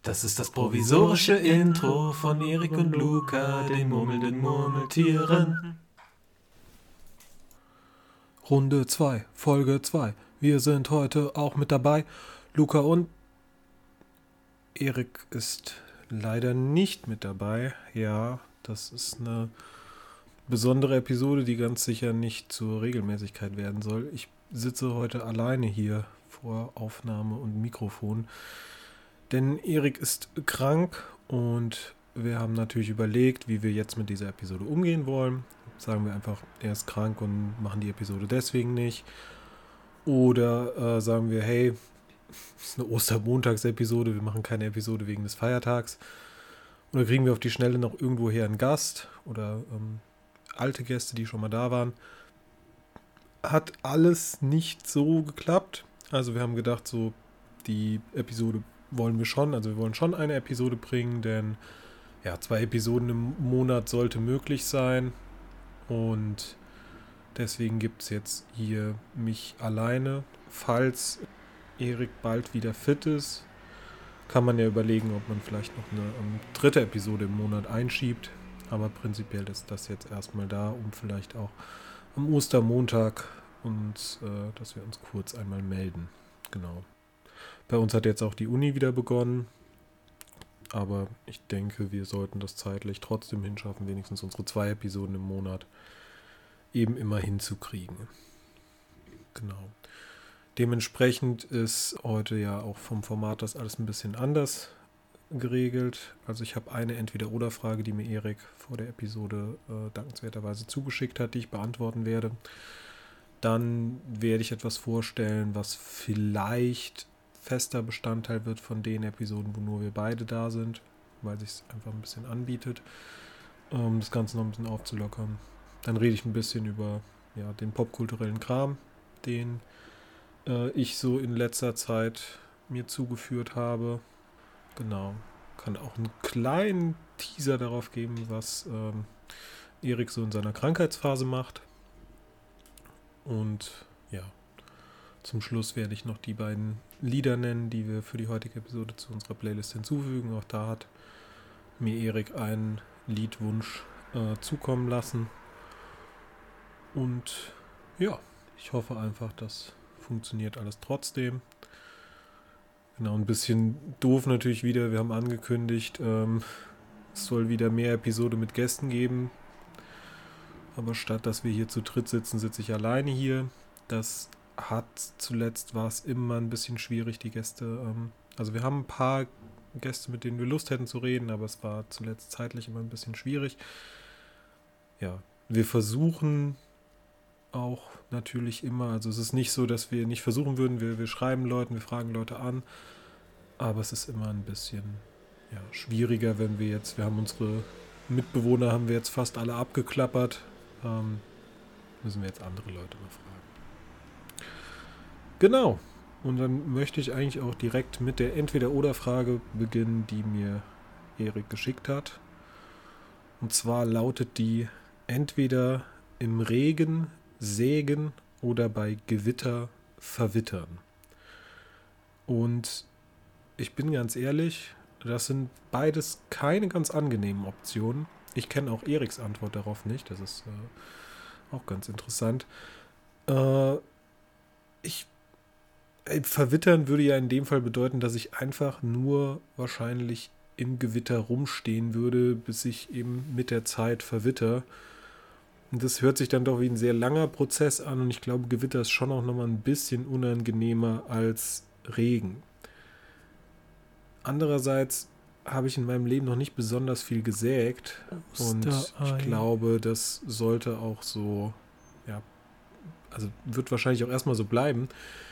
Das ist das provisorische Intro von Erik und Luca, den murmelnden Murmeltieren. Runde 2, Folge 2. Wir sind heute auch mit dabei. Luca und Erik ist leider nicht mit dabei. Ja, das ist eine besondere Episode, die ganz sicher nicht zur Regelmäßigkeit werden soll. Ich sitze heute alleine hier vor Aufnahme und Mikrofon, denn Erik ist krank und wir haben natürlich überlegt, wie wir jetzt mit dieser Episode umgehen wollen. Sagen wir einfach, er ist krank und machen die Episode deswegen nicht. Oder sagen wir, hey, es ist eine Ostermontagsepisode, wir machen keine Episode wegen des Feiertags. Oder kriegen wir auf die Schnelle noch irgendwoher einen Gast oder alte Gäste, die schon mal da waren. Hat alles nicht so geklappt. Also wir haben gedacht, so die Episode wollen wir schon. Also wir wollen schon eine Episode bringen, denn ja, 2 Episoden im Monat sollte möglich sein. Und deswegen gibt es jetzt hier mich alleine. Falls Erik bald wieder fit ist, kann man ja überlegen, ob man vielleicht noch eine dritte Episode im Monat einschiebt. Aber prinzipiell ist das jetzt erstmal da, um vielleicht auch am Ostermontag und dass wir uns kurz einmal melden. Genau. Bei uns hat jetzt auch die Uni wieder begonnen. Aber ich denke, wir sollten das zeitlich trotzdem hinschaffen, wenigstens unsere 2 Episoden im Monat eben immer hinzukriegen. Genau. Dementsprechend ist heute ja auch vom Format das alles ein bisschen anders geregelt. Also ich habe eine Entweder-Oder-Frage, die mir Erik vor der Episode dankenswerterweise zugeschickt hat, die ich beantworten werde. Dann werde ich etwas vorstellen, was vielleicht fester Bestandteil wird von den Episoden, wo nur wir beide da sind, weil sich es einfach ein bisschen anbietet, das Ganze noch ein bisschen aufzulockern. Dann rede ich ein bisschen über den popkulturellen Kram, den ich so in letzter Zeit mir zugeführt habe. Genau. Kann auch einen kleinen Teaser darauf geben, was Erik so in seiner Krankheitsphase macht. Und ja, zum Schluss werde ich noch die beiden Lieder nennen, die wir für die heutige Episode zu unserer Playlist hinzufügen. Auch da hat mir Erik einen Liedwunsch zukommen lassen. Und ja, ich hoffe einfach, das funktioniert alles trotzdem. Genau, ein bisschen doof natürlich wieder. Wir haben angekündigt, es soll wieder mehr Episode mit Gästen geben. Aber statt dass wir hier zu dritt sitzen, sitze ich alleine hier. Zuletzt war es immer ein bisschen schwierig, die Gäste. Also wir haben ein paar Gäste, mit denen wir Lust hätten zu reden, aber es war zuletzt zeitlich immer ein bisschen schwierig. Ja, wir versuchen auch natürlich immer, also es ist nicht so, dass wir nicht versuchen würden, wir schreiben Leuten, wir fragen Leute an, aber es ist immer ein bisschen schwieriger, wenn wir haben unsere Mitbewohner, haben wir jetzt fast alle abgeklappert, müssen wir jetzt andere Leute mal fragen. Genau, und dann möchte ich eigentlich auch direkt mit der Entweder-Oder-Frage beginnen, die mir Erik geschickt hat. Und zwar lautet die: entweder im Regen sägen oder bei Gewitter verwittern. Und ich bin ganz ehrlich, das sind beides keine ganz angenehmen Optionen. Ich kenne auch Eriks Antwort darauf nicht, das ist auch ganz interessant. Verwittern würde ja in dem Fall bedeuten, dass ich einfach nur wahrscheinlich im Gewitter rumstehen würde, bis ich eben mit der Zeit verwitter. Und das hört sich dann doch wie ein sehr langer Prozess an und ich glaube, Gewitter ist schon auch nochmal ein bisschen unangenehmer als Regen. Andererseits habe ich in meinem Leben noch nicht besonders viel gesägt und ich glaube, das sollte auch so, also wird wahrscheinlich auch erstmal so bleiben.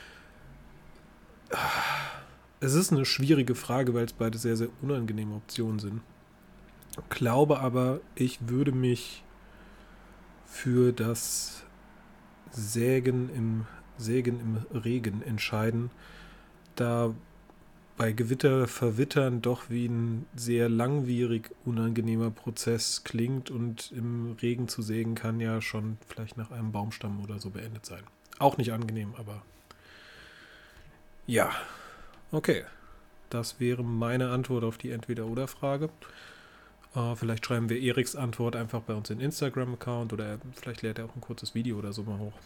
Es ist eine schwierige Frage, weil es beide sehr, sehr unangenehme Optionen sind. Ich glaube aber, ich würde mich für das Sägen im Regen entscheiden, da bei Gewitter verwittern doch wie ein sehr langwierig unangenehmer Prozess klingt und im Regen zu sägen kann ja schon vielleicht nach einem Baumstamm oder so beendet sein. Auch nicht angenehm, aber ja, okay. Das wäre meine Antwort auf die Entweder-Oder-Frage. Vielleicht schreiben wir Eriks Antwort einfach bei uns in den Instagram-Account oder vielleicht lädt er auch ein kurzes Video oder so mal hoch.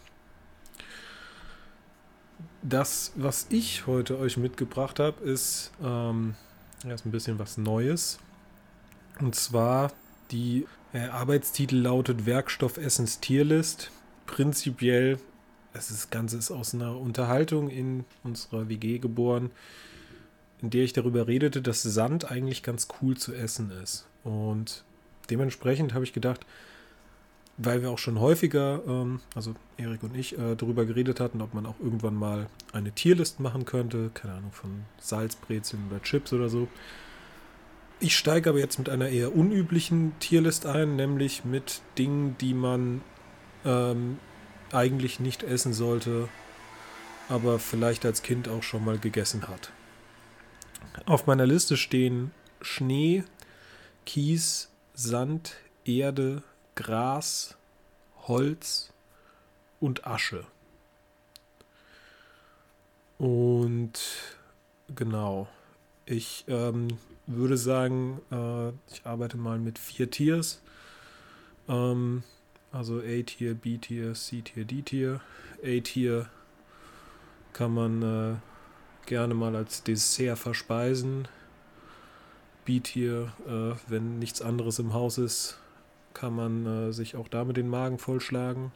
Das, was ich heute euch mitgebracht habe, ist erst ein bisschen was Neues. Und zwar die Arbeitstitel lautet Werkstoffessens Tierlist. Prinzipiell, das Ganze ist aus einer Unterhaltung in unserer WG geboren, in der ich darüber redete, dass Sand eigentlich ganz cool zu essen ist. Und dementsprechend habe ich gedacht, weil wir auch schon häufiger, also Erik und ich, darüber geredet hatten, ob man auch irgendwann mal eine Tierlist machen könnte, keine Ahnung, von Salzbrezeln oder Chips oder so. Ich steige aber jetzt mit einer eher unüblichen Tierlist ein, nämlich mit Dingen, die man eigentlich nicht essen sollte, aber vielleicht als Kind auch schon mal gegessen hat. Auf meiner Liste stehen Schnee, Kies, Sand, Erde, Gras, Holz und Asche. Und genau, ich würde sagen, ich arbeite mal mit 4 Tiers. Also A-Tier, B-Tier, C-Tier, D-Tier. A-Tier kann man gerne mal als Dessert verspeisen. B-Tier, wenn nichts anderes im Haus ist, kann man sich auch damit den Magen vollschlagen.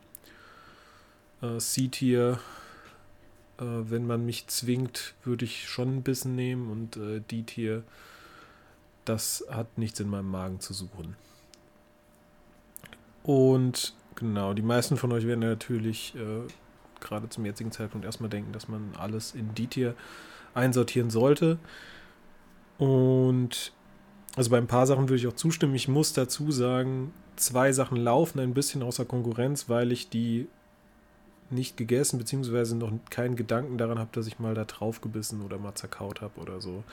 C-Tier, wenn man mich zwingt, würde ich schon ein Bissen nehmen. Und D-Tier, das hat nichts in meinem Magen zu suchen. Und genau, die meisten von euch werden natürlich gerade zum jetzigen Zeitpunkt erstmal denken, dass man alles in D-Tier einsortieren sollte. Und also bei ein paar Sachen würde ich auch zustimmen. Ich muss dazu sagen, 2 Sachen laufen ein bisschen außer Konkurrenz, weil ich die nicht gegessen, beziehungsweise noch keinen Gedanken daran habe, dass ich mal da drauf gebissen oder mal zerkaut habe oder so.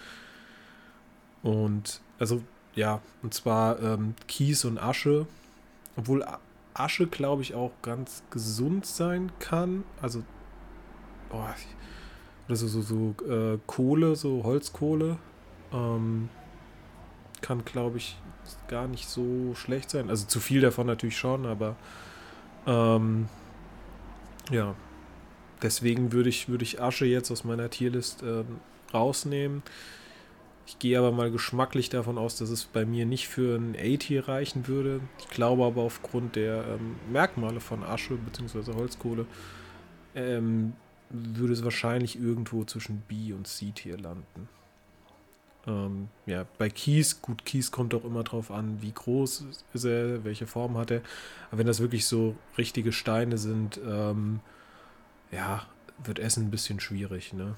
Und also ja, und zwar Kies und Asche. Obwohl Asche, glaube ich, auch ganz gesund sein kann. Also, oder so Kohle, so Holzkohle. Kann, glaube ich, gar nicht so schlecht sein. Also zu viel davon natürlich schon, aber ja. Deswegen würde ich Asche jetzt aus meiner Tierlist rausnehmen. Ich gehe aber mal geschmacklich davon aus, dass es bei mir nicht für ein A-Tier reichen würde. Ich glaube aber aufgrund der Merkmale von Asche bzw. Holzkohle würde es wahrscheinlich irgendwo zwischen B- und C-Tier landen. Ja, bei Kies, gut, Kies kommt auch immer drauf an, wie groß ist er, welche Form hat er. Aber wenn das wirklich so richtige Steine sind, ja, wird Essen ein bisschen schwierig, ne?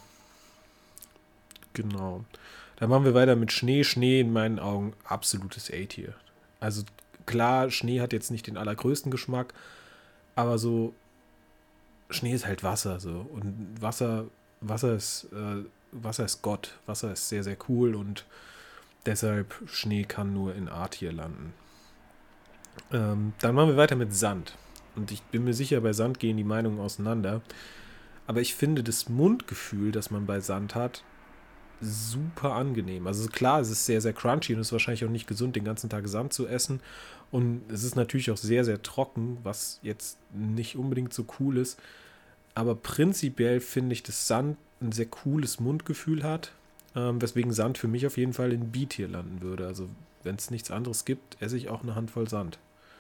Genau. Dann machen wir weiter mit Schnee. Schnee in meinen Augen absolutes A-Tier. Also klar, Schnee hat jetzt nicht den allergrößten Geschmack, aber so Schnee ist halt Wasser so und Wasser ist Gott. Wasser ist sehr, sehr cool und deshalb Schnee kann nur in A-Tier landen. Dann machen wir weiter mit Sand. Und ich bin mir sicher, bei Sand gehen die Meinungen auseinander. Aber ich finde das Mundgefühl, das man bei Sand hat, super angenehm. Also klar, es ist sehr, sehr crunchy und es ist wahrscheinlich auch nicht gesund, den ganzen Tag Sand zu essen. Und es ist natürlich auch sehr, sehr trocken, was jetzt nicht unbedingt so cool ist. Aber prinzipiell finde ich, dass Sand ein sehr cooles Mundgefühl hat, weswegen Sand für mich auf jeden Fall in B-Tier landen würde. Also wenn es nichts anderes gibt, esse ich auch eine Handvoll Sand.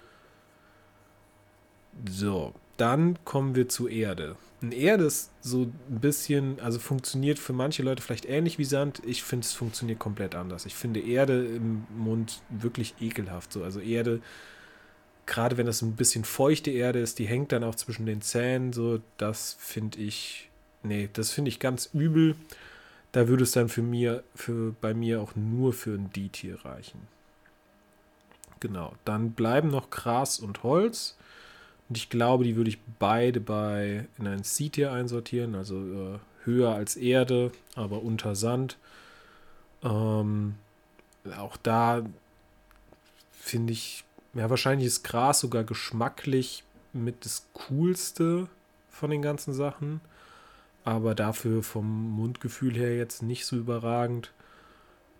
So, dann kommen wir zu Erde. Und Erde ist so ein bisschen, also funktioniert für manche Leute vielleicht ähnlich wie Sand. Ich finde, es funktioniert komplett anders. Ich finde Erde im Mund wirklich ekelhaft. So. Also Erde, gerade wenn das ein bisschen feuchte Erde ist, die hängt dann auch zwischen den Zähnen. So, das finde ich ganz übel. Da würde es dann bei mir auch nur für ein D-Tier reichen. Genau, dann bleiben noch Gras und Holz. Und ich glaube, die würde ich beide in ein C-Tier einsortieren, also höher als Erde, aber unter Sand. Auch da finde ich, ja, wahrscheinlich ist Gras sogar geschmacklich mit das Coolste von den ganzen Sachen, aber dafür vom Mundgefühl her jetzt nicht so überragend.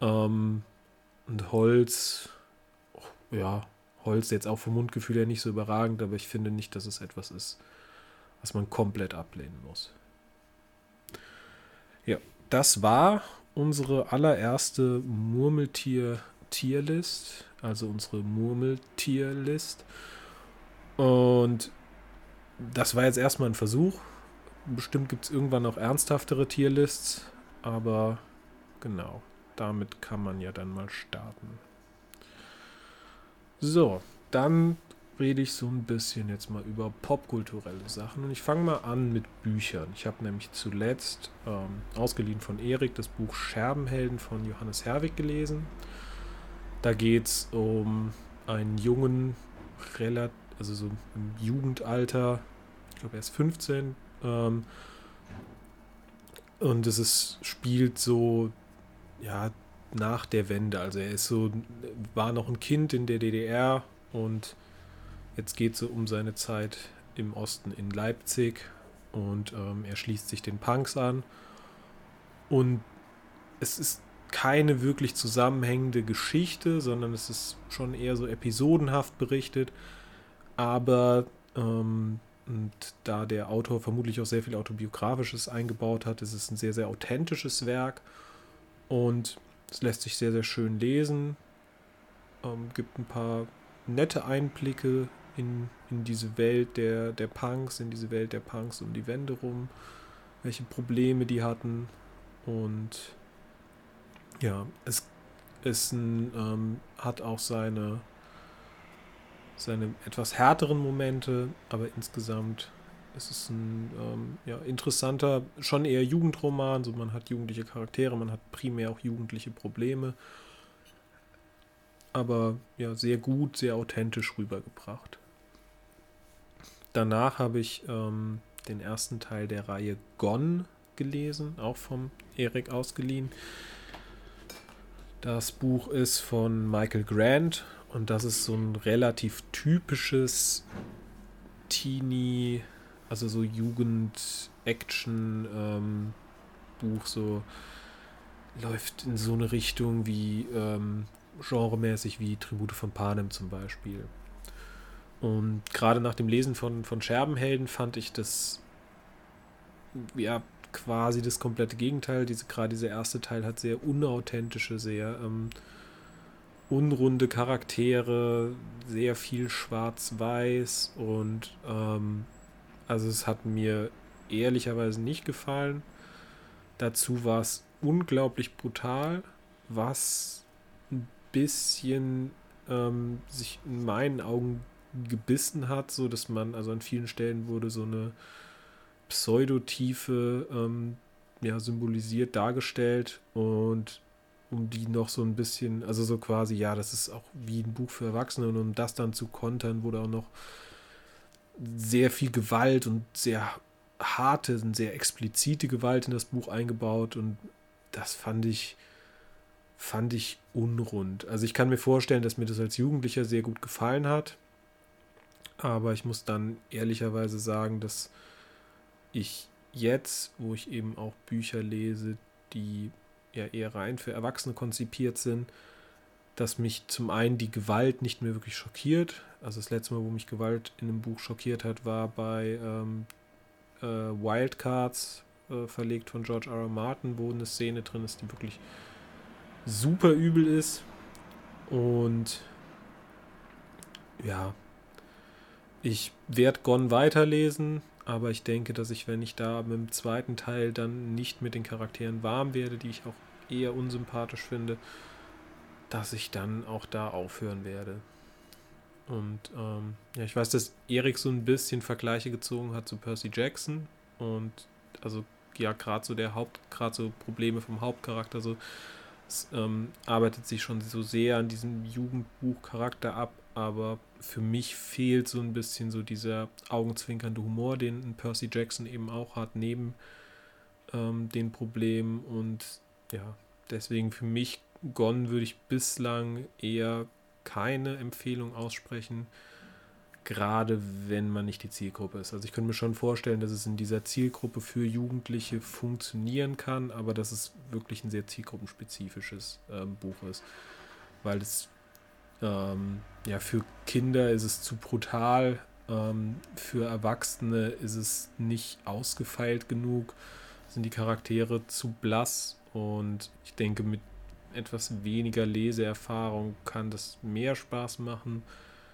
Und Holz, ja, Holz jetzt auch vom Mundgefühl her nicht so überragend, aber ich finde nicht, dass es etwas ist, was man komplett ablehnen muss. Ja, das war unsere allererste Murmeltier-Tierlist, also unsere Murmeltierlist. Und das war jetzt erstmal ein Versuch. Bestimmt gibt es irgendwann noch ernsthaftere Tierlists, aber genau, damit kann man ja dann mal starten. So, dann rede ich so ein bisschen jetzt mal über popkulturelle Sachen. Und ich fange mal an mit Büchern. Ich habe nämlich zuletzt ausgeliehen von Erik das Buch Scherbenhelden von Johannes Herwig gelesen. Da geht es um einen Jungen, also so im Jugendalter, ich glaube er ist 15, und spielt so, ja, nach der Wende. Also war noch ein Kind in der DDR und jetzt geht es so um seine Zeit im Osten in Leipzig und er schließt sich den Punks an. Und es ist keine wirklich zusammenhängende Geschichte, sondern es ist schon eher so episodenhaft berichtet. Aber und da der Autor vermutlich auch sehr viel Autobiografisches eingebaut hat, ist es ein sehr, sehr authentisches Werk und es lässt sich sehr, sehr schön lesen. Gibt ein paar nette Einblicke in diese Welt der Punks, in diese Welt der Punks um die Wende rum, welche Probleme die hatten. Und ja, es hat auch seine etwas härteren Momente, aber insgesamt ist es ein interessanter, schon eher Jugendroman. So, man hat jugendliche Charaktere, man hat primär auch jugendliche Probleme, aber ja, sehr gut, sehr authentisch rübergebracht. Danach habe ich den ersten Teil der Reihe Gone gelesen, auch vom Erik ausgeliehen. Das Buch ist von Michael Grant und das ist so ein relativ typisches Teenie, also so Jugend-Action-Buch, so läuft in so eine Richtung wie genremäßig wie Tribute von Panem zum Beispiel. Und gerade nach dem Lesen von Scherbenhelden fand ich das ja quasi das komplette Gegenteil. Gerade dieser erste Teil hat sehr unauthentische, sehr unrunde Charaktere, sehr viel Schwarz-Weiß und also es hat mir ehrlicherweise nicht gefallen. Dazu war es unglaublich brutal, was ein bisschen sich in meinen Augen gebissen hat, so dass man, also an vielen Stellen wurde so eine Pseudotiefe symbolisiert dargestellt und um die noch so ein bisschen, also so quasi, ja, das ist auch wie ein Buch für Erwachsene und um das dann zu kontern, wurde auch noch sehr viel Gewalt und sehr harte, sehr explizite Gewalt in das Buch eingebaut und das fand ich unrund. Also ich kann mir vorstellen, dass mir das als Jugendlicher sehr gut gefallen hat, aber ich muss dann ehrlicherweise sagen, dass ich jetzt, wo ich eben auch Bücher lese, die ja eher rein für Erwachsene konzipiert sind, dass mich zum einen die Gewalt nicht mehr wirklich schockiert. Also das letzte Mal, wo mich Gewalt in einem Buch schockiert hat, war bei Wildcards, verlegt von George R. R. Martin, wo eine Szene drin ist, die wirklich super übel ist. Und ja, ich werde Gone weiterlesen, aber ich denke, dass ich, wenn ich da mit dem zweiten Teil dann nicht mit den Charakteren warm werde, die ich auch eher unsympathisch finde, dass ich dann auch da aufhören werde. Und ich weiß, dass Erik so ein bisschen Vergleiche gezogen hat zu Percy Jackson und also ja, gerade so Probleme vom Hauptcharakter, so es arbeitet sich schon so sehr an diesem Jugendbuchcharakter ab, aber für mich fehlt so ein bisschen so dieser augenzwinkernde Humor, den Percy Jackson eben auch hat, neben den Problemen und ja, deswegen für mich Gone würde ich bislang eher keine Empfehlung aussprechen. gerade wenn man nicht die Zielgruppe ist. Also ich könnte mir schon vorstellen, dass es in dieser Zielgruppe für Jugendliche funktionieren kann, aber dass es wirklich ein sehr zielgruppenspezifisches Buch ist. Weil es für Kinder ist es zu brutal, für Erwachsene ist es nicht ausgefeilt genug, sind die Charaktere zu blass und ich denke, mit etwas weniger Leseerfahrung kann das mehr Spaß machen.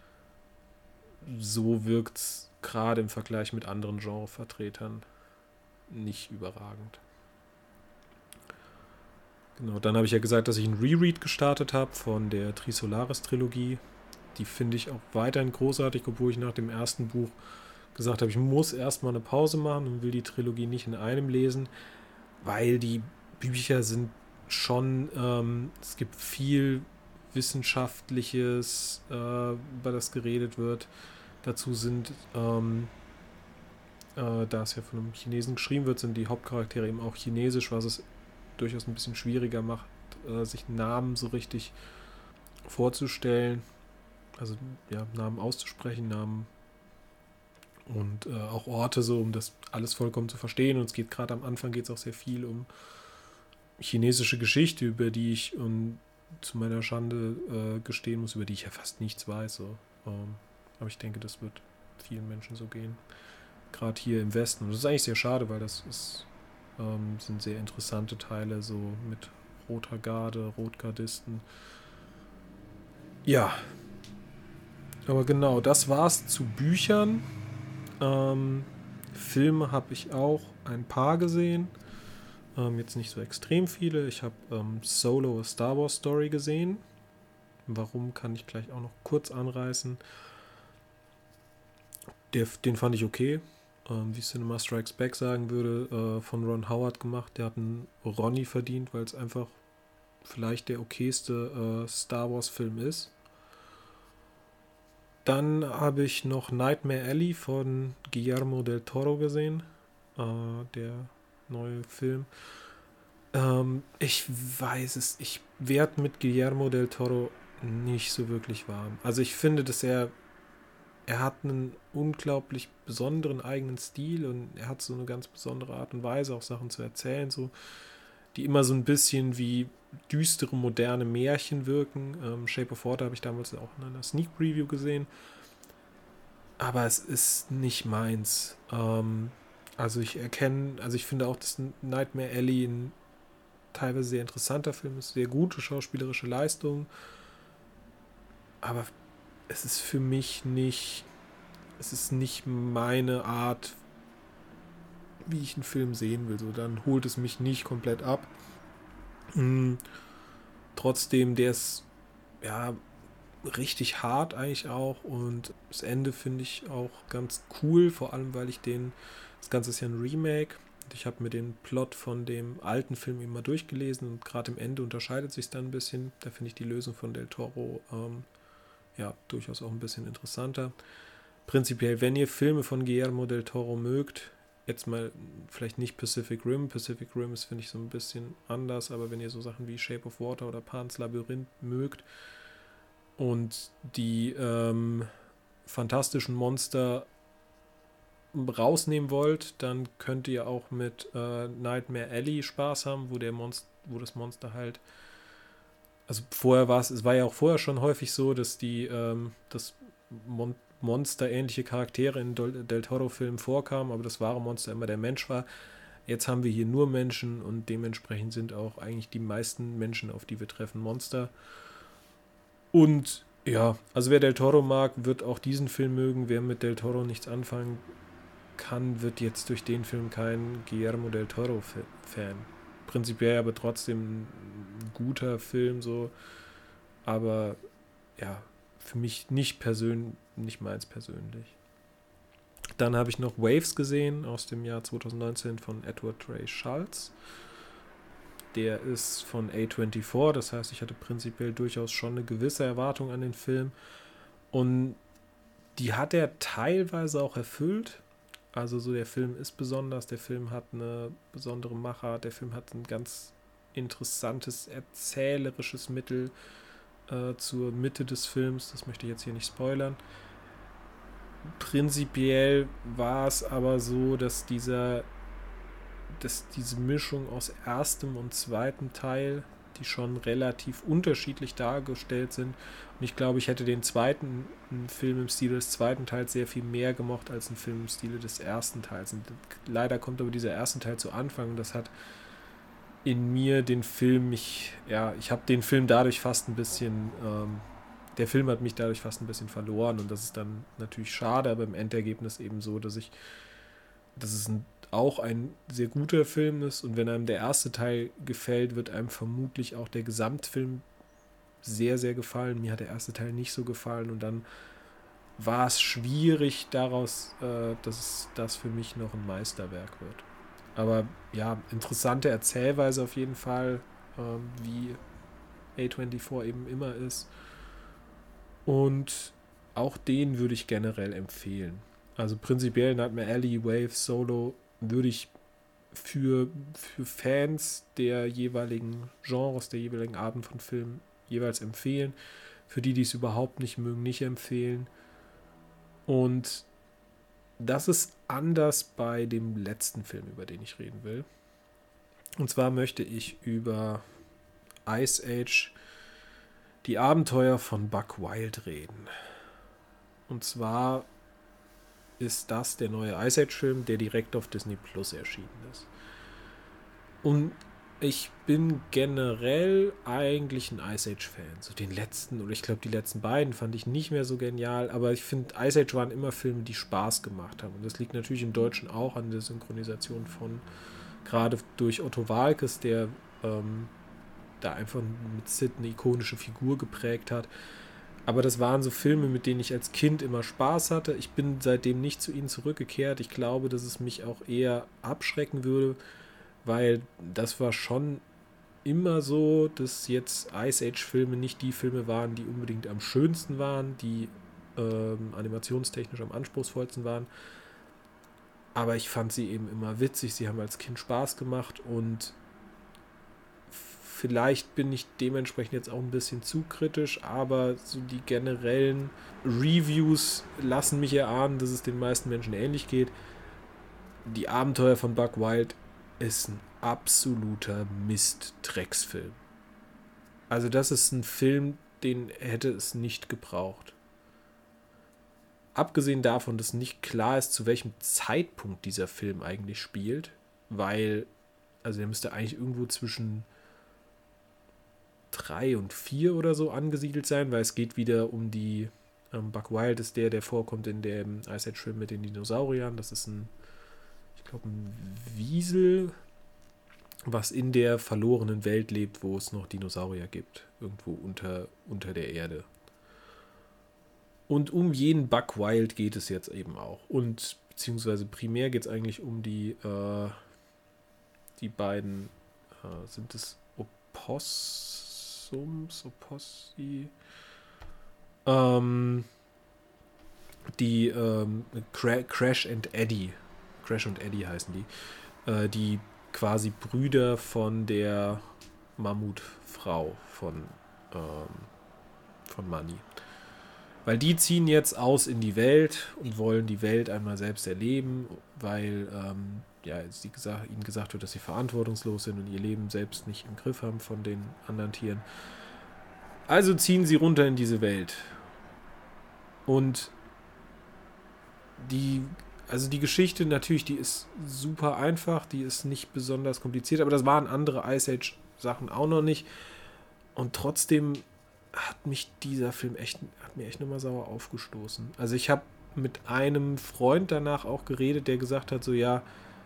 So wirkt es gerade im Vergleich mit anderen Genrevertretern nicht überragend. Genau, dann habe ich ja gesagt, dass ich einen Reread gestartet habe von der Trisolaris-Trilogie. Die finde ich auch weiterhin großartig, obwohl ich nach dem ersten Buch gesagt habe, ich muss erstmal eine Pause machen und will die Trilogie nicht in einem lesen, weil die Bücher sind schon, es gibt viel Wissenschaftliches, über das geredet wird. Dazu sind, da es ja von einem Chinesen geschrieben wird, sind die Hauptcharaktere eben auch chinesisch, was es durchaus ein bisschen schwieriger macht, sich Namen so richtig vorzustellen. Also ja, Namen auszusprechen, Namen und auch Orte so, um das alles vollkommen zu verstehen. Und es geht gerade am Anfang auch sehr viel um chinesische Geschichte, über die ich zu meiner Schande gestehen muss, über die ich ja fast nichts weiß. So. Aber ich denke, das wird vielen Menschen so gehen. Gerade hier im Westen. Und das ist eigentlich sehr schade, weil das sind sehr interessante Teile, so mit roter Garde, Rotgardisten. Ja. Aber genau, das war's zu Büchern. Filme habe ich auch ein paar gesehen. Jetzt nicht so extrem viele. Ich habe Solo, A Star Wars Story gesehen. Warum, kann ich gleich auch noch kurz anreißen. Den fand ich okay. Wie Cinema Strikes Back sagen würde, von Ron Howard gemacht. Der hat einen Ronny verdient, weil es einfach vielleicht der okayste Star Wars Film ist. Dann habe ich noch Nightmare Alley von Guillermo del Toro gesehen. Der neue Film. Ich weiß es. Ich werde mit Guillermo del Toro nicht so wirklich warm. Also ich finde, dass er hat einen unglaublich besonderen eigenen Stil und er hat so eine ganz besondere Art und Weise, auch Sachen zu erzählen, so, die immer so ein bisschen wie düstere, moderne Märchen wirken. Shape of Water habe ich damals auch in einer Sneak Preview gesehen. Aber es ist nicht meins. Also ich finde auch, dass Nightmare Alley ein teilweise sehr interessanter Film ist, sehr gute schauspielerische Leistung. Aber es ist für mich nicht meine Art, wie ich einen Film sehen will. So, dann holt es mich nicht komplett ab. Trotzdem, der ist ja richtig hart eigentlich auch und das Ende finde ich auch ganz cool, vor allem weil das Ganze ist ja ein Remake. Ich habe mir den Plot von dem alten Film immer durchgelesen und gerade im Ende unterscheidet sich dann ein bisschen. Da finde ich die Lösung von Del Toro durchaus auch ein bisschen interessanter. Prinzipiell, wenn ihr Filme von Guillermo del Toro mögt, jetzt mal vielleicht nicht Pacific Rim. Pacific Rim ist, finde ich, so ein bisschen anders, aber wenn ihr so Sachen wie Shape of Water oder Pan's Labyrinth mögt und die fantastischen Monster rausnehmen wollt, dann könnt ihr auch mit Nightmare Alley Spaß haben, wo das Monster halt. Also es war ja auch vorher schon häufig so, dass das Monster-ähnliche Charaktere in Del Toro-Filmen vorkamen, aber das wahre Monster immer der Mensch war. Jetzt haben wir hier nur Menschen und dementsprechend sind auch eigentlich die meisten Menschen, auf die wir treffen, Monster. Und ja, also wer Del Toro mag, wird auch diesen Film mögen. Wer mit Del Toro nichts anfangen kann, wird jetzt durch den Film kein Guillermo del Toro-Fan. Prinzipiell aber trotzdem ein guter Film, so. Aber ja, für mich nicht meins persönlich. Dann habe ich noch Waves gesehen aus dem Jahr 2019 von Edward Ray Schultz. Der ist von A24, das heißt, ich hatte prinzipiell durchaus schon eine gewisse Erwartung an den Film. Und die hat er teilweise auch erfüllt. Also so, der Film ist besonders, der Film hat eine besondere Machart, der Film hat ein ganz interessantes erzählerisches Mittel zur Mitte des Films, das möchte ich jetzt hier nicht spoilern. prinzipiell war es aber so, dass diese Mischung aus erstem und zweitem Teil, die schon relativ unterschiedlich dargestellt sind. Und ich glaube, ich hätte den zweiten Film im Stile des zweiten Teils sehr viel mehr gemocht als einen Film im Stile des ersten Teils. Und leider kommt aber dieser erste Teil zu Anfang. Das hat in mir den Film, ich habe den Film dadurch fast ein bisschen, der Film hat mich dadurch fast ein bisschen verloren. Und das ist dann natürlich schade, aber im Endergebnis eben so, dass es auch ein sehr guter Film ist, und wenn einem der erste Teil gefällt, wird einem vermutlich auch der Gesamtfilm sehr, sehr gefallen. Mir hat der erste Teil nicht so gefallen, und dann war es schwierig daraus, dass das für mich noch ein Meisterwerk wird. Aber ja, interessante Erzählweise auf jeden Fall, wie A24 eben immer ist. Und auch den würde ich generell empfehlen. Also prinzipiell Nightmare Alley, Wave, Solo würde ich für Fans der jeweiligen Genres, der jeweiligen Arten von Filmen jeweils empfehlen. Für die es überhaupt nicht mögen, nicht empfehlen. Und das ist anders bei dem letzten Film, über den ich reden will. Und zwar möchte ich über Ice Age, die Abenteuer von Buck Wild reden. Und zwar ist das der neue Ice Age-Film, der direkt auf Disney Plus erschienen ist. Und ich bin generell eigentlich ein Ice Age-Fan. So den letzten, oder ich glaube die letzten beiden fand ich nicht mehr so genial, aber ich finde, Ice Age waren immer Filme, die Spaß gemacht haben. Und das liegt natürlich im Deutschen auch an der Synchronisation von, gerade durch Otto Waalkes, der da einfach mit Sid eine ikonische Figur geprägt hat. Aber das waren so Filme, mit denen ich als Kind immer Spaß hatte. Ich bin seitdem nicht zu ihnen zurückgekehrt. Ich glaube, dass es mich auch eher abschrecken würde, weil das war schon immer so, dass jetzt Ice Age-Filme nicht die Filme waren, die unbedingt am schönsten waren, die animationstechnisch am anspruchsvollsten waren. Aber ich fand sie eben immer witzig. Sie haben als Kind Spaß gemacht, und vielleicht bin ich dementsprechend jetzt auch ein bisschen zu kritisch, aber so die generellen Reviews lassen mich erahnen, dass es den meisten Menschen ähnlich geht. Die Abenteuer von Buck Wild ist ein absoluter Mist-Drecksfilm. Also das ist ein Film, den hätte es nicht gebraucht. Abgesehen davon, dass nicht klar ist, zu welchem Zeitpunkt dieser Film eigentlich spielt, weil, also der müsste eigentlich irgendwo zwischen 3 und 4 oder so angesiedelt sein, weil es geht wieder um die Buck Wild ist der vorkommt in dem Ice Age Film mit den Dinosauriern. Das ist ein Wiesel, was in der verlorenen Welt lebt, wo es noch Dinosaurier gibt. Irgendwo unter der Erde. Und um jeden Buck Wild geht es jetzt eben auch. Und beziehungsweise primär geht es eigentlich um die beiden, sind es Opossi? Die Crash und Eddie heißen die quasi Brüder von der Mammutfrau von Manny. Weil die ziehen jetzt aus in die Welt und wollen die Welt einmal selbst erleben, weil ihnen gesagt wird, dass sie verantwortungslos sind und ihr Leben selbst nicht im Griff haben von den anderen Tieren. Also ziehen sie runter in diese Welt. Und die Geschichte natürlich, die ist super einfach, die ist nicht besonders kompliziert, aber das waren andere Ice Age Sachen auch noch nicht. Und trotzdem hat dieser Film mir echt nochmal sauer aufgestoßen. Also ich habe mit einem Freund danach auch geredet, der gesagt hat, so ja,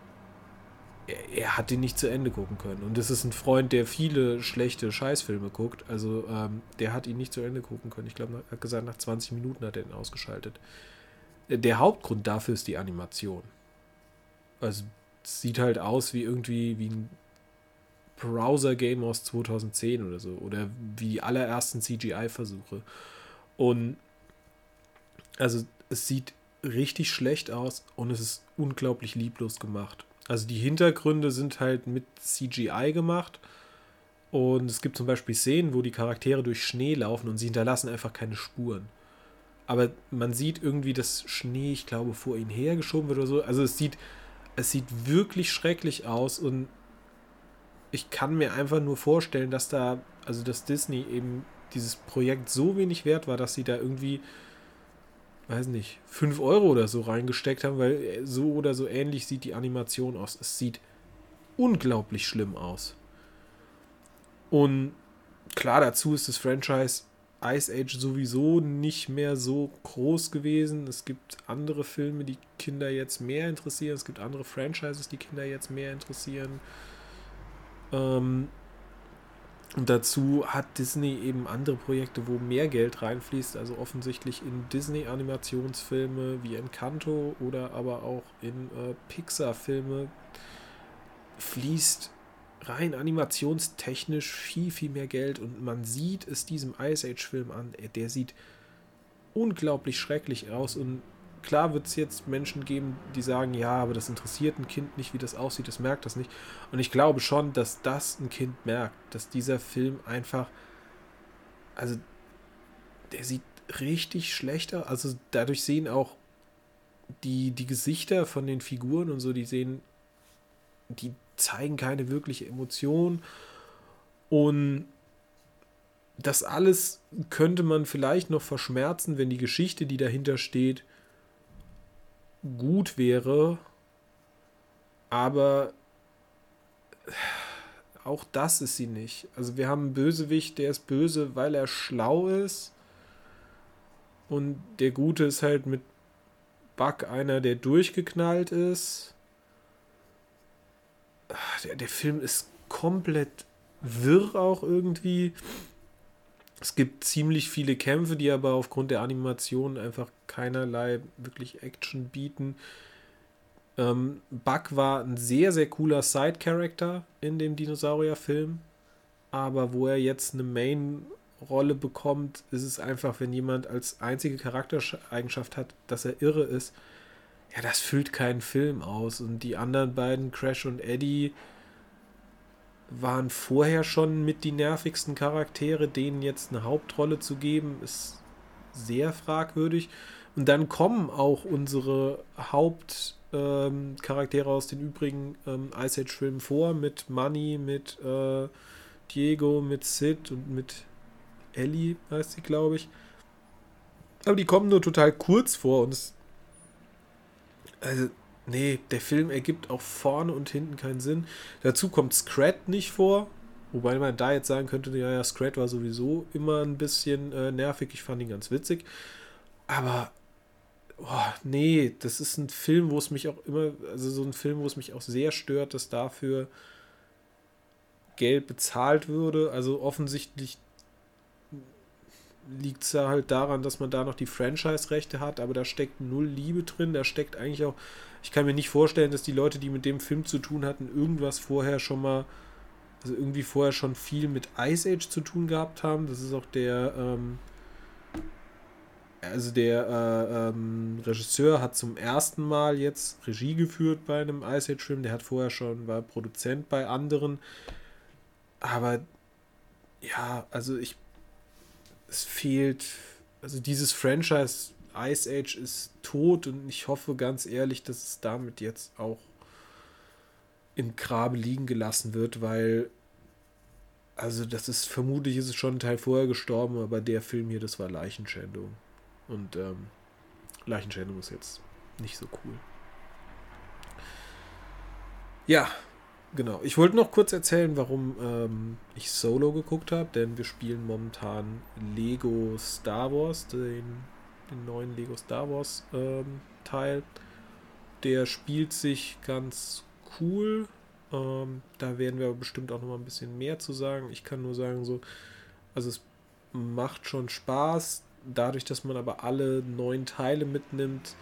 er hat den nicht zu Ende gucken können. Und das ist ein Freund, der viele schlechte Scheißfilme guckt. Also der hat ihn nicht zu Ende gucken können. Ich glaube, er hat gesagt, nach 20 Minuten hat er ihn ausgeschaltet. Der Hauptgrund dafür ist die Animation. Also es sieht halt aus wie ein Browser-Game aus 2010 oder so. Oder wie die allerersten CGI-Versuche. Und also es sieht richtig schlecht aus und es ist unglaublich lieblos gemacht. Also die Hintergründe sind halt mit CGI gemacht. Und es gibt zum Beispiel Szenen, wo die Charaktere durch Schnee laufen und sie hinterlassen einfach keine Spuren. aber man sieht irgendwie, dass Schnee, ich glaube, vor ihnen hergeschoben wird oder so. Also es sieht wirklich schrecklich aus und ich kann mir einfach nur vorstellen, dass dass Disney eben dieses Projekt so wenig wert war, dass sie da irgendwie, weiß nicht, 5 Euro oder so reingesteckt haben, weil so oder so ähnlich sieht die Animation aus. Es sieht unglaublich schlimm aus. Und klar, dazu ist das Franchise Ice Age sowieso nicht mehr so groß gewesen. Es gibt andere Filme, die Kinder jetzt mehr interessieren. Es gibt andere Franchises, die Kinder jetzt mehr interessieren. Und dazu hat Disney eben andere Projekte, wo mehr Geld reinfließt. Also offensichtlich in Disney-Animationsfilme wie Encanto oder aber auch in Pixar-Filme fließt rein animationstechnisch viel, viel mehr Geld und man sieht es diesem Ice Age-Film an. Der sieht unglaublich schrecklich aus und klar wird es jetzt Menschen geben, die sagen, ja, aber das interessiert ein Kind nicht, wie das aussieht, das merkt das nicht. Und ich glaube schon, dass das ein Kind merkt, dass dieser Film einfach, also der sieht richtig schlecht aus. Also dadurch sehen auch die Gesichter von den Figuren und so, die zeigen keine wirkliche Emotion. Und das alles könnte man vielleicht noch verschmerzen, wenn die Geschichte, die dahinter steht, gut wäre. Aber auch das ist sie nicht. Also wir haben einen Bösewicht, der ist böse, weil er schlau ist. Und der Gute ist halt mit Buck einer, der durchgeknallt ist. Der Film ist komplett wirr auch irgendwie. Es gibt ziemlich viele Kämpfe, die aber aufgrund der Animation einfach keinerlei wirklich Action bieten. Buck war ein sehr, sehr cooler Side-Character in dem Dinosaurier-Film. Aber wo er jetzt eine Main-Rolle bekommt, ist es einfach, wenn jemand als einzige Charaktereigenschaft hat, dass er irre ist. Ja, das füllt keinen Film aus. Und die anderen beiden, Crash und Eddie, waren vorher schon mit die nervigsten Charaktere. Denen jetzt eine Hauptrolle zu geben, ist sehr fragwürdig. Und dann kommen auch unsere Hauptcharaktere aus den übrigen Ice Age-Filmen vor, mit Manny, mit Diego, mit Sid und mit Ellie, heißt sie, glaube ich. Aber die kommen nur total kurz vor und also, nee, der Film ergibt auch vorne und hinten keinen Sinn. Dazu kommt Scrat nicht vor, wobei man da jetzt sagen könnte, ja, Scrat war sowieso immer ein bisschen nervig, ich fand ihn ganz witzig. Aber, nee, das ist ein Film, wo es mich auch immer, also so ein Film, wo es mich auch sehr stört, dass dafür Geld bezahlt würde. Also offensichtlich liegt es ja halt daran, dass man da noch die Franchise-Rechte hat, aber da steckt null Liebe drin, da steckt eigentlich auch, ich kann mir nicht vorstellen, dass die Leute, die mit dem Film zu tun hatten, irgendwas vorher schon mal, also irgendwie vorher schon viel mit Ice Age zu tun gehabt haben. Das ist auch der Regisseur hat zum ersten Mal jetzt Regie geführt bei einem Ice Age-Film, der hat vorher schon, war Produzent bei anderen, aber ja, also es fehlt, also dieses Franchise Ice Age ist tot und ich hoffe ganz ehrlich, dass es damit jetzt auch im Grabe liegen gelassen wird, weil, also vermutlich ist es schon ein Teil vorher gestorben, aber der Film hier, das war Leichenschändung. Und Leichenschändung ist jetzt nicht so cool. Ja, genau. Ich wollte noch kurz erzählen, warum ich Solo geguckt habe, denn wir spielen momentan Lego Star Wars, den neuen Lego Star Wars Teil. Der spielt sich ganz cool. Da werden wir bestimmt auch noch mal ein bisschen mehr zu sagen. Ich kann nur sagen, also es macht schon Spaß, dadurch, dass man aber alle 9 Teile mitnimmt.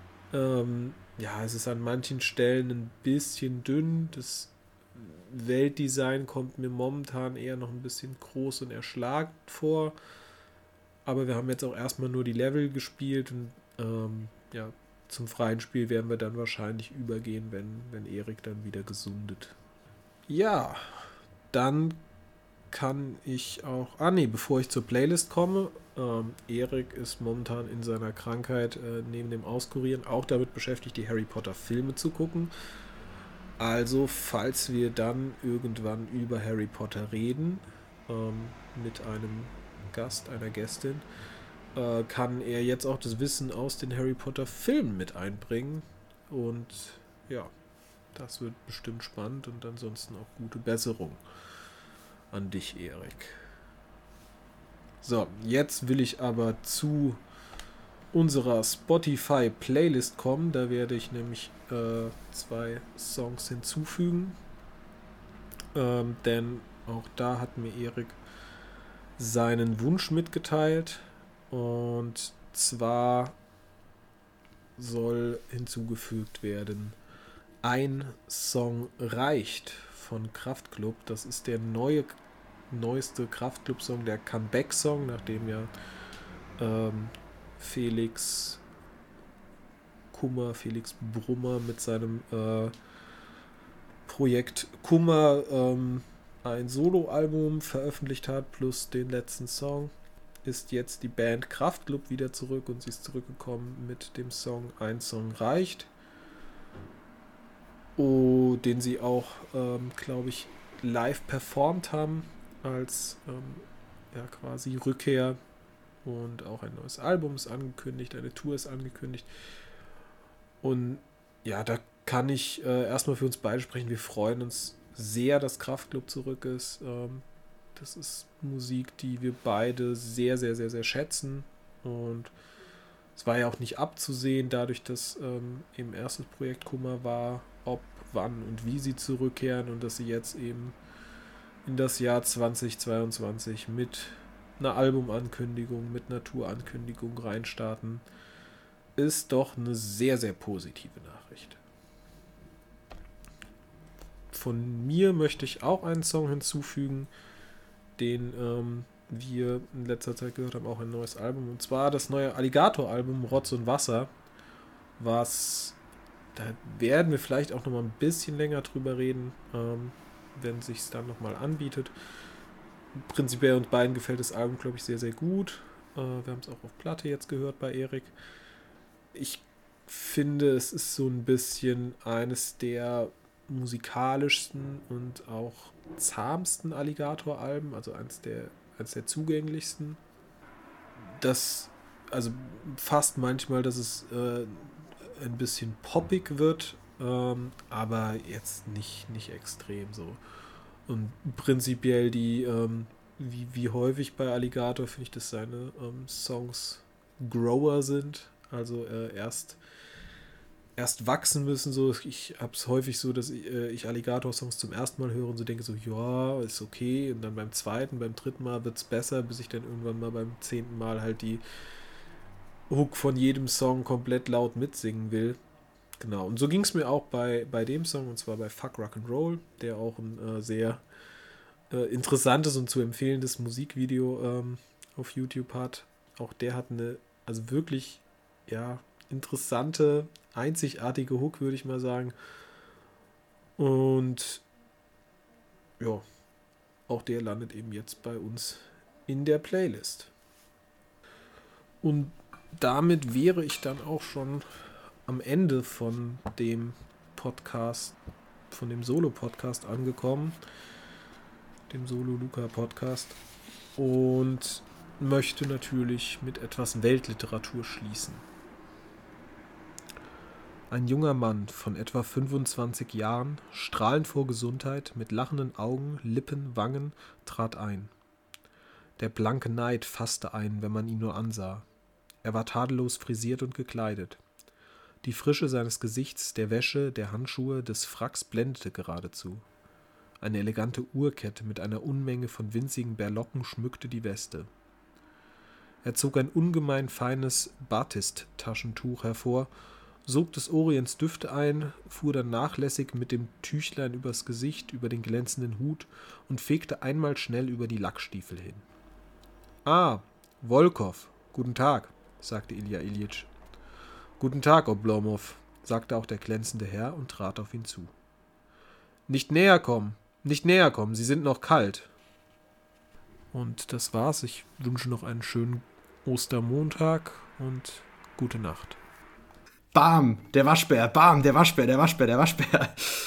Es ist an manchen Stellen ein bisschen dünn. Das Weltdesign kommt mir momentan eher noch ein bisschen groß und erschlagend vor. Aber wir haben jetzt auch erstmal nur die Level gespielt und zum freien Spiel werden wir dann wahrscheinlich übergehen, wenn Erik dann wieder gesundet. Ja, dann kann ich auch... bevor ich zur Playlist komme, Erik ist momentan in seiner Krankheit neben dem Auskurieren auch damit beschäftigt, die Harry Potter Filme zu gucken. Also, falls wir dann irgendwann über Harry Potter reden, mit einem Gast, einer Gästin, kann er jetzt auch das Wissen aus den Harry Potter Filmen mit einbringen. Und ja, das wird bestimmt spannend und ansonsten auch gute Besserung an dich, Erik. So, jetzt will ich aber zu unserer Spotify-Playlist kommen. Da werde ich nämlich 2 Songs hinzufügen. Denn auch da hat mir Erik seinen Wunsch mitgeteilt. Und zwar soll hinzugefügt werden Ein Song reicht von Kraftklub. Das ist der neueste Kraftklub-Song, der Comeback-Song, nachdem ja Felix Brummer mit seinem Projekt Kummer ein Soloalbum veröffentlicht hat, plus den letzten Song, ist jetzt die Band Kraftklub wieder zurück und sie ist zurückgekommen mit dem Song Ein Song reicht, den sie auch, glaube ich, live performt haben als quasi Rückkehr, und auch ein neues Album ist angekündigt, eine Tour ist angekündigt. Und ja, da kann ich erstmal für uns beide sprechen. Wir freuen uns sehr, dass Kraftklub zurück ist. Das ist Musik, die wir beide sehr, sehr, sehr, sehr schätzen. Und es war ja auch nicht abzusehen, dadurch, dass eben erstes Projekt Kummer war, ob, wann und wie sie zurückkehren, und dass sie jetzt eben in das Jahr 2022 mit einer Albumankündigung, mit einer Tourankündigung reinstarten, ist doch eine sehr, sehr positive Nachricht. Von mir möchte ich auch einen Song hinzufügen, den wir in letzter Zeit gehört haben, auch ein neues Album, und zwar das neue Alligator-Album Rotz und Wasser, was, da werden wir vielleicht auch nochmal ein bisschen länger drüber reden, wenn es sich dann nochmal anbietet. Prinzipiell uns beiden gefällt das Album, glaube ich, sehr, sehr gut. Wir haben es auch auf Platte jetzt gehört bei Erik. Ich finde, es ist so ein bisschen eines der musikalischsten und auch zahmsten Alligator-Alben, also eines der zugänglichsten. Das, also fast manchmal, dass es ein bisschen poppig wird, aber jetzt nicht extrem so. Und prinzipiell wie häufig bei Alligator finde ich, dass seine Songs Grower sind, also erst wachsen müssen. So. Ich habe es häufig so, dass ich Alligator-Songs zum ersten Mal höre und so denke so, ja, ist okay. Und dann beim zweiten, beim dritten Mal wird es besser, bis ich dann irgendwann mal beim 10. Mal halt die Hook von jedem Song komplett laut mitsingen will. Genau, und so ging es mir auch bei dem Song, und zwar bei Fuck Rock'n'Roll, der auch ein sehr interessantes und zu empfehlendes Musikvideo auf YouTube hat. Auch der hat eine, also wirklich, ja, interessante, einzigartige Hook, würde ich mal sagen. Und ja, auch der landet eben jetzt bei uns in der Playlist. Und damit wäre ich dann auch schon am Ende von dem Podcast, von dem Solo-Podcast angekommen, dem Solo-Luca-Podcast, und möchte natürlich mit etwas Weltliteratur schließen. Ein junger Mann von etwa 25 Jahren, strahlend vor Gesundheit, mit lachenden Augen, Lippen, Wangen, trat ein. Der blanke Neid fasste einen, wenn man ihn nur ansah. Er war tadellos frisiert und gekleidet. Die Frische seines Gesichts, der Wäsche, der Handschuhe, des Fracks blendete geradezu. Eine elegante Uhrkette mit einer Unmenge von winzigen Berlocken schmückte die Weste. Er zog ein ungemein feines Batist-Taschentuch hervor, sog des Orients Düfte ein, fuhr dann nachlässig mit dem Tüchlein übers Gesicht, über den glänzenden Hut und fegte einmal schnell über die Lackstiefel hin. »Ah, Wolkow, guten Tag«, sagte Ilja Iljitsch. »Guten Tag, Oblomov«, sagte auch der glänzende Herr und trat auf ihn zu. Nicht näher kommen, Sie sind noch kalt.« Und das war's. Ich wünsche noch einen schönen Ostermontag und gute Nacht. Bam, der Waschbär, bam, der Waschbär, der Waschbär, der Waschbär.